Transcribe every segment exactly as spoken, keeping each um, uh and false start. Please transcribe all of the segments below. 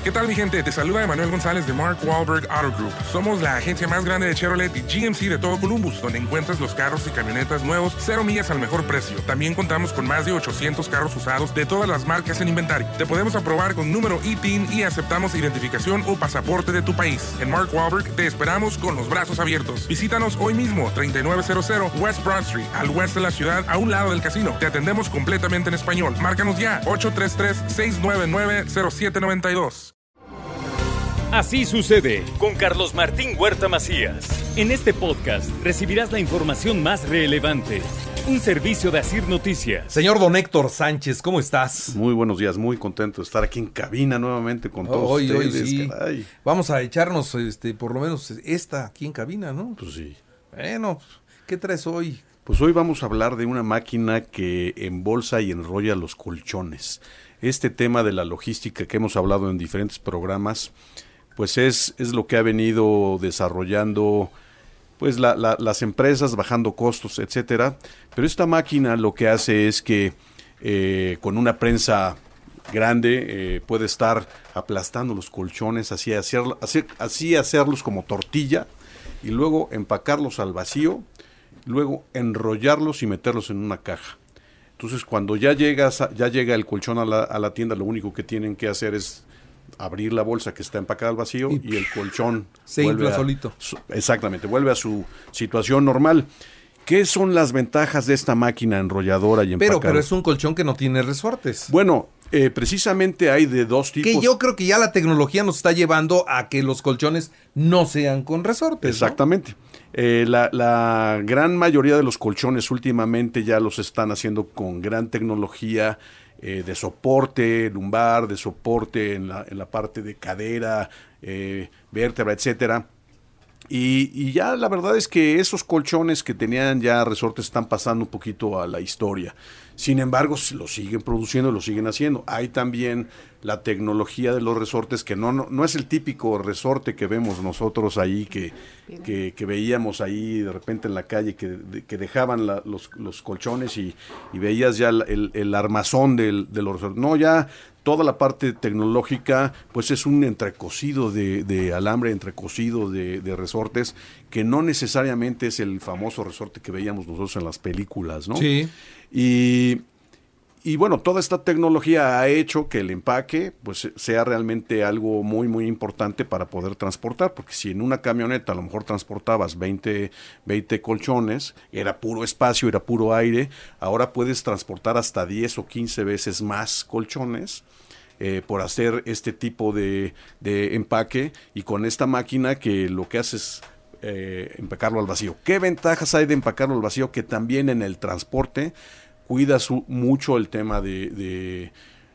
¿Qué tal, mi gente? Te saluda Emanuel González de Mark Wahlberg Auto Group. Somos la agencia más grande de Chevrolet y G M C de todo Columbus, donde encuentras los carros y camionetas nuevos, cero millas al mejor precio. También contamos con más de ochocientos carros usados de todas las marcas en inventario. Te podemos aprobar con número I T I N y aceptamos identificación o pasaporte de tu país. En Mark Wahlberg te esperamos con los brazos abiertos. Visítanos hoy mismo, treinta y nueve cero cero West Broad Street, al oeste de la ciudad, a un lado del casino. Te atendemos completamente en español. Márcanos ya, ocho tres tres, seis nueve nueve, cero siete nueve dos. Así sucede con Carlos Martín Huerta Macías. En este podcast recibirás la información más relevante. Un servicio de Asir Noticias. Señor don Héctor Sánchez, ¿cómo estás? Muy buenos días, muy contento de estar aquí en cabina nuevamente con todos hoy, ustedes. Hoy sí. Caray. Vamos a echarnos este, por lo menos esta aquí en cabina, ¿no? Pues sí. Bueno, ¿qué traes hoy? Pues hoy vamos a hablar de una máquina que embolsa y enrolla los colchones. Este tema de la logística que hemos hablado en diferentes programas, pues es, es lo que ha venido desarrollando pues la, la, las empresas, bajando costos, etcétera. Pero esta máquina lo que hace es que eh, con una prensa grande eh, puede estar aplastando los colchones, así, hacer, hacer, así hacerlos como tortilla y luego empacarlos al vacío, luego enrollarlos y meterlos en una caja. Entonces cuando ya, llegas a, ya llega el colchón a la, a la tienda, lo único que tienen que hacer es abrir la bolsa que está empacada al vacío y, y el colchón se infla solito. Su, exactamente, vuelve a su situación normal. ¿Qué son las ventajas de esta máquina enrolladora y empacadora? Pero, pero es un colchón que no tiene resortes. Bueno, eh, precisamente hay de dos tipos. Que yo creo que ya la tecnología nos está llevando a que los colchones no sean con resortes. Exactamente. ¿No? Eh, la, la gran mayoría de los colchones últimamente ya los están haciendo con gran tecnología eh, de soporte lumbar, de soporte en la, en la parte de cadera, eh, vértebra, etcétera. Y, y ya la verdad es que esos colchones que tenían ya resortes están pasando un poquito a la historia. Sin embargo, lo siguen produciendo, lo siguen haciendo. Hay también la tecnología de los resortes que no, no, no es el típico resorte que vemos nosotros ahí, que, que, que veíamos ahí de repente en la calle, que, de, que dejaban la, los, los colchones y, y veías ya el, el armazón del, de los resortes. No, ya toda la parte tecnológica pues es un entrecocido de, de alambre, entrecocido de, de resortes, que no necesariamente es el famoso resorte que veíamos nosotros en las películas, ¿no? Sí. Y, y bueno, toda esta tecnología ha hecho que el empaque pues sea realmente algo muy muy importante para poder transportar, porque si en una camioneta a lo mejor transportabas veinte, veinte colchones, era puro espacio, era puro aire, ahora puedes transportar hasta diez o quince veces más colchones eh, por hacer este tipo de, de empaque, y con esta máquina que lo que hace es Eh, empacarlo al vacío. ¿Qué ventajas hay de empacarlo al vacío? Que también en el transporte cuida su, mucho el tema de, de,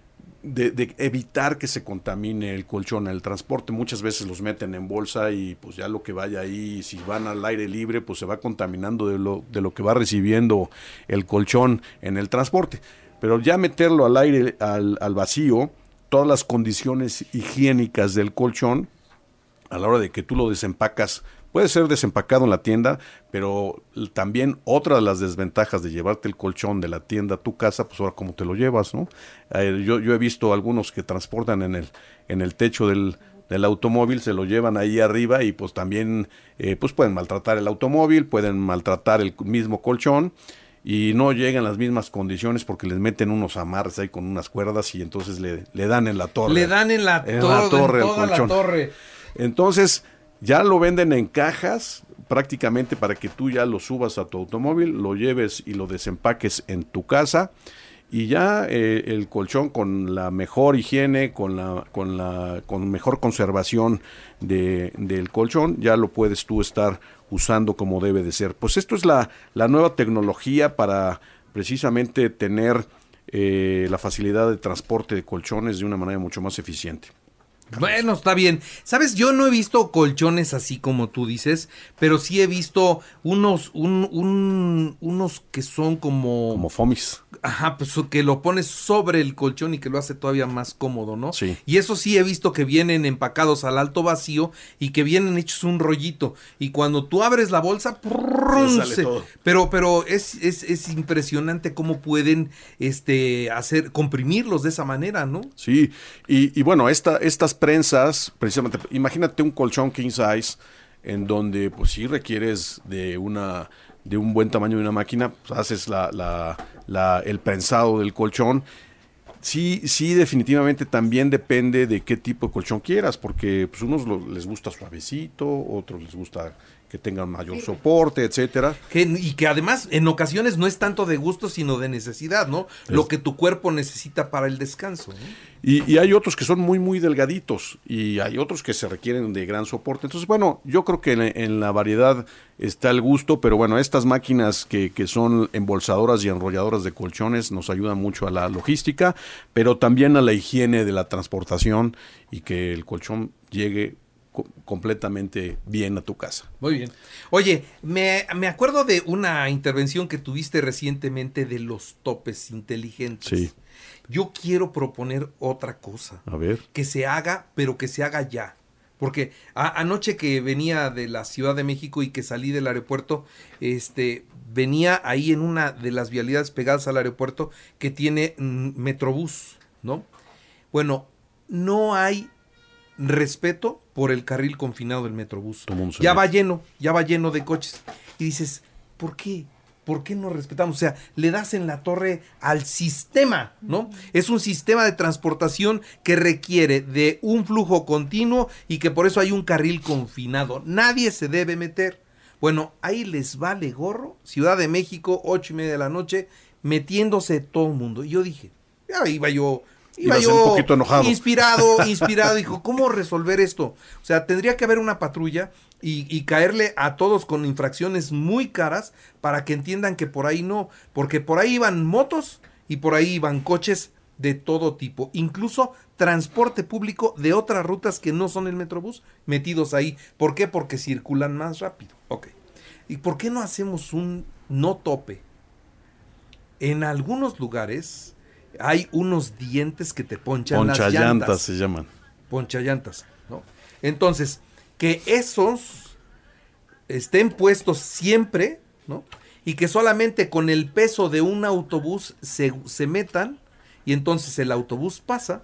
de, de evitar que se contamine el colchón en el transporte. Muchas veces los meten en bolsa y pues ya lo que vaya ahí, si van al aire libre, pues se va contaminando de lo, de lo que va recibiendo el colchón en el transporte. Pero ya meterlo al aire, al, al vacío, todas las condiciones higiénicas del colchón, a la hora de que tú lo desempacas, puede ser desempacado en la tienda, pero también otra de las desventajas de llevarte el colchón de la tienda a tu casa, pues ahora cómo te lo llevas, ¿no? Eh, yo, yo he visto algunos que transportan en el, en el techo del, del automóvil, se lo llevan ahí arriba y pues también eh, pues pueden maltratar el automóvil, pueden maltratar el mismo colchón y no llegan las mismas condiciones porque les meten unos amarres ahí con unas cuerdas y entonces le, le dan en la torre. Le dan en la, en to- la torre en el toda colchón. la torre. Entonces ya lo venden en cajas prácticamente para que tú ya lo subas a tu automóvil, lo lleves y lo desempaques en tu casa y ya eh, el colchón con la mejor higiene, con la con la con mejor conservación de, del colchón, ya lo puedes tú estar usando como debe de ser. Pues esto es la, la nueva tecnología para precisamente tener eh, la facilidad de transporte de colchones de una manera mucho más eficiente. Bueno, está bien. Sabes, yo no he visto colchones así como tú dices, pero sí he visto unos, un, un, unos que son como... Como foamies. Ajá, pues que lo pones sobre el colchón y que lo hace todavía más cómodo, ¿no? Sí. Y eso sí he visto que vienen empacados al alto vacío y que vienen hechos un rollito. Y cuando tú abres la bolsa, prrr, ¡prrrrum! sale Se- todo. pero pero es, es, es impresionante cómo pueden este hacer comprimirlos de esa manera, ¿no? Sí, y, y bueno, esta, estas prensas, precisamente, imagínate un colchón king size en donde pues sí requieres de una de un buen tamaño de una máquina, pues, haces la, la, la, el prensado del colchón. Sí, sí, definitivamente también depende de qué tipo de colchón quieras, porque pues unos lo- les gusta suavecito, otros les gusta que tengan mayor soporte, etcétera. Que, y que además en ocasiones no es tanto de gusto, sino de necesidad, ¿no? Lo que tu cuerpo necesita para el descanso, ¿no? Y, y hay otros que son muy, muy delgaditos y hay otros que se requieren de gran soporte. Entonces, bueno, yo creo que en, en la variedad está el gusto, pero bueno, estas máquinas que, que son embolsadoras y enrolladoras de colchones nos ayudan mucho a la logística, pero también a la higiene de la transportación y que el colchón llegue co- completamente bien a tu casa. Muy bien. Oye, me, me acuerdo de una intervención que tuviste recientemente de los topes inteligentes. Sí. Yo quiero proponer otra cosa. A ver. Que se haga, pero que se haga ya. Porque a- anoche que venía de la Ciudad de México y que salí del aeropuerto, este, venía ahí en una de las vialidades pegadas al aeropuerto que tiene mm, Metrobús, ¿no? Bueno, no hay respeto por el carril confinado del Metrobús. Todo mundo se Ya mete. va lleno, ya va lleno de coches. Y dices, ¿por qué? ¿Por qué no respetamos? O sea, le das en la torre al sistema, ¿no? Es un sistema de transportación que requiere de un flujo continuo y que por eso hay un carril confinado. Nadie se debe meter. Bueno, ahí les vale gorro. Ciudad de México, ocho y media de la noche, metiéndose todo el mundo. Y yo dije, ya iba yo... Iba Ibas yo un poquito enojado. inspirado, inspirado, dijo, ¿cómo resolver esto? O sea, tendría que haber una patrulla y, y caerle a todos con infracciones muy caras para que entiendan que por ahí no, porque por ahí iban motos y por ahí iban coches de todo tipo, incluso transporte público de otras rutas que no son el Metrobús, metidos ahí. ¿Por qué? Porque circulan más rápido. Ok. ¿Y por qué no hacemos un no tope? En algunos lugares hay unos dientes que te ponchan las llantas. Ponchallantas se llaman. Ponchallantas, ¿no? Entonces, que esos estén puestos siempre, ¿no? Y que solamente con el peso de un autobús se, se metan y entonces el autobús pasa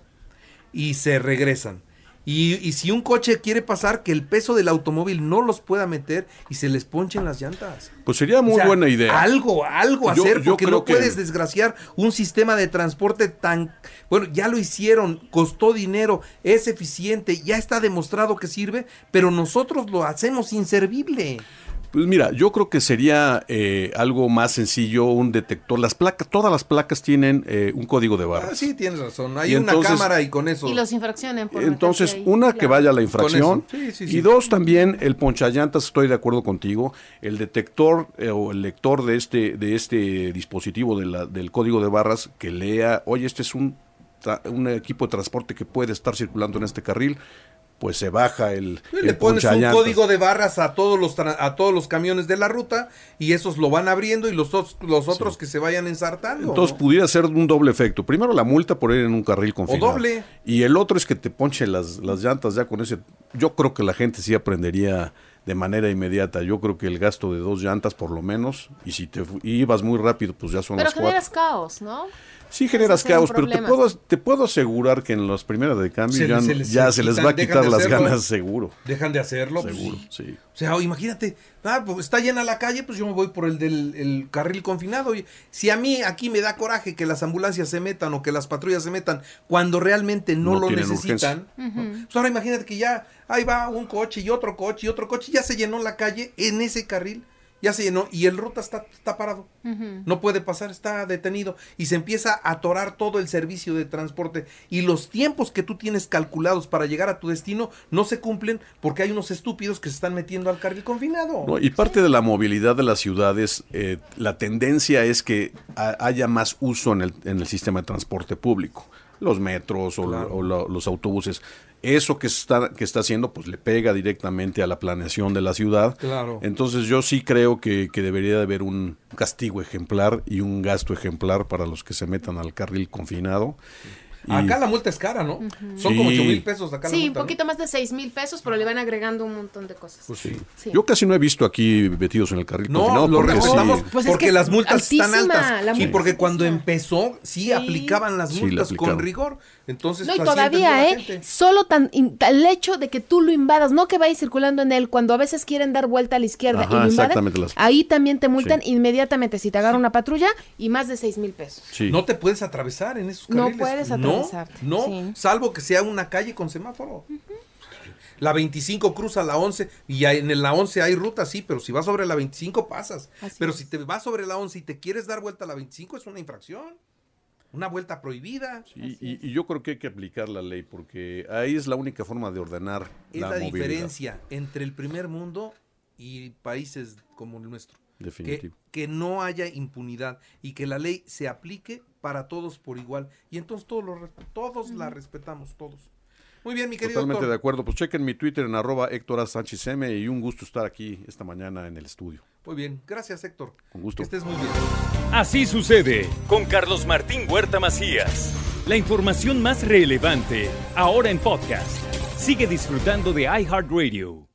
y se regresan. Y, y si un coche quiere pasar, que el peso del automóvil no los pueda meter y se les ponchen las llantas. Pues sería muy O sea, buena idea. Algo, algo Yo- hacer, yo porque creo no que- puedes desgraciar un sistema de transporte tan... Bueno, ya lo hicieron, costó dinero, es eficiente, ya está demostrado que sirve, pero nosotros lo hacemos inservible. Pues mira, yo creo que sería eh, algo más sencillo, un detector. Las placas, todas las placas tienen eh, un código de barras. Ah, sí, tienes razón, hay Y una entonces- cámara y con eso... Y los infraccionen por Entonces, meterse ahí, una, que claro. vaya a la infracción. Con eso. Sí, sí, sí. Y dos, también el ponchallantas, estoy de acuerdo contigo. El detector eh, o el lector de este, de este dispositivo de la, del código de barras que lea, oye, este es un, tra- un equipo de transporte que puede estar circulando en este carril, pues se baja el, Le el pones un ponchallantas. código de barras a todos los tra- a todos los camiones de la ruta y esos lo van abriendo y los, os- los otros que se vayan ensartando. Entonces ¿no? pudiera ser un doble efecto. Primero la multa por ir en un carril confinado. doble. Y el otro es que te ponche las, las llantas ya con ese. Yo creo que la gente sí aprendería de manera inmediata. Yo creo que el gasto de dos llantas por lo menos, y si te fu- ibas muy rápido, pues ya son Pero las generas cuatro. caos, ¿no? Sí generas Ese sería un caos, pero te problema. puedo, te puedo asegurar que en las primeras de cambio Se- ya, se no- les- ya se se les quitan, va a dejan quitar de las hacerlo. ganas seguro. Dejan de hacerlo, pues Seguro, sí. sí. O sea, imagínate, ah, pues está llena la calle, pues yo me voy por el del el carril confinado. Y si a mí aquí me da coraje que las ambulancias se metan o que las patrullas se metan cuando realmente no, No lo tienen necesitan, ¿no? Pues ahora imagínate que ya ahí va un coche y otro coche y otro coche, ya se llenó la calle en ese carril, ya se llenó y el ruta está, está parado. No puede pasar, está detenido y se empieza a atorar todo el servicio de transporte y los tiempos que tú tienes calculados para llegar a tu destino no se cumplen porque hay unos estúpidos que se están metiendo al carril confinado. No, y parte de la movilidad de las ciudades, eh, la tendencia es que ha- haya más uso en el, en el sistema de transporte público, los metros o, Claro. o lo- los autobuses. Eso que está, que está haciendo, pues le pega directamente a la planeación de la ciudad. Claro. Entonces yo sí creo que, que debería de haber un castigo ejemplar y un gasto ejemplar para los que se metan al carril confinado. Y- Acá la multa es cara, ¿no? Ujú. Son como Sí. ocho mil pesos acá la Sí, un multa, ¿no? poquito más de seis mil pesos, pero le van agregando un montón de cosas. Pues sí. Sí. Yo casi no he visto aquí metidos en el carril No, confinado. lo porque respetamos sí- Pues es porque que es las multas están altísima, altas. la Sí, multa porque es cuando altísima. empezó, sí, Sí. aplicaban las Sí, multas la aplicaban. con rigor. Entonces, No, y así entendió todavía, la ¿eh? gente. Solo tan in- el hecho de que tú lo invadas, no que vayas circulando en él, cuando a veces quieren dar vuelta a la izquierda Ajá, y lo invaden, exactamente, las- ahí también te multan Sí. inmediatamente si te agarra una patrulla y más de seis mil pesos. sí. No te puedes atravesar en esos No carriles. puedes atravesarte, No, no, sí. salvo que sea una calle con semáforo. La veinticinco cruza la once y ya en la once hay ruta, sí, pero si vas sobre la veinticinco pasas. Así pero es. si te vas sobre la once y te quieres dar vuelta a la veinticinco es una infracción. Una vuelta prohibida. Y, y- y yo creo que hay que aplicar la ley porque ahí es la única forma de ordenar Es la, la, movilidad. diferencia entre el primer mundo y países como el nuestro. Que, Definitivo. que no haya impunidad y que la ley se aplique para todos por igual. Y entonces todos, lo res- todos la respetamos, todos. Muy bien, mi querido Totalmente doctor. de acuerdo. Pues chequen mi Twitter en arroba Héctor A. Sánchez M y un gusto estar aquí esta mañana en el estudio. Muy bien, gracias Héctor. Con gusto. Que estés muy bien. Así sucede con Carlos Martín Huerta Macías. La información más relevante ahora en podcast. Sigue disfrutando de iHeartRadio.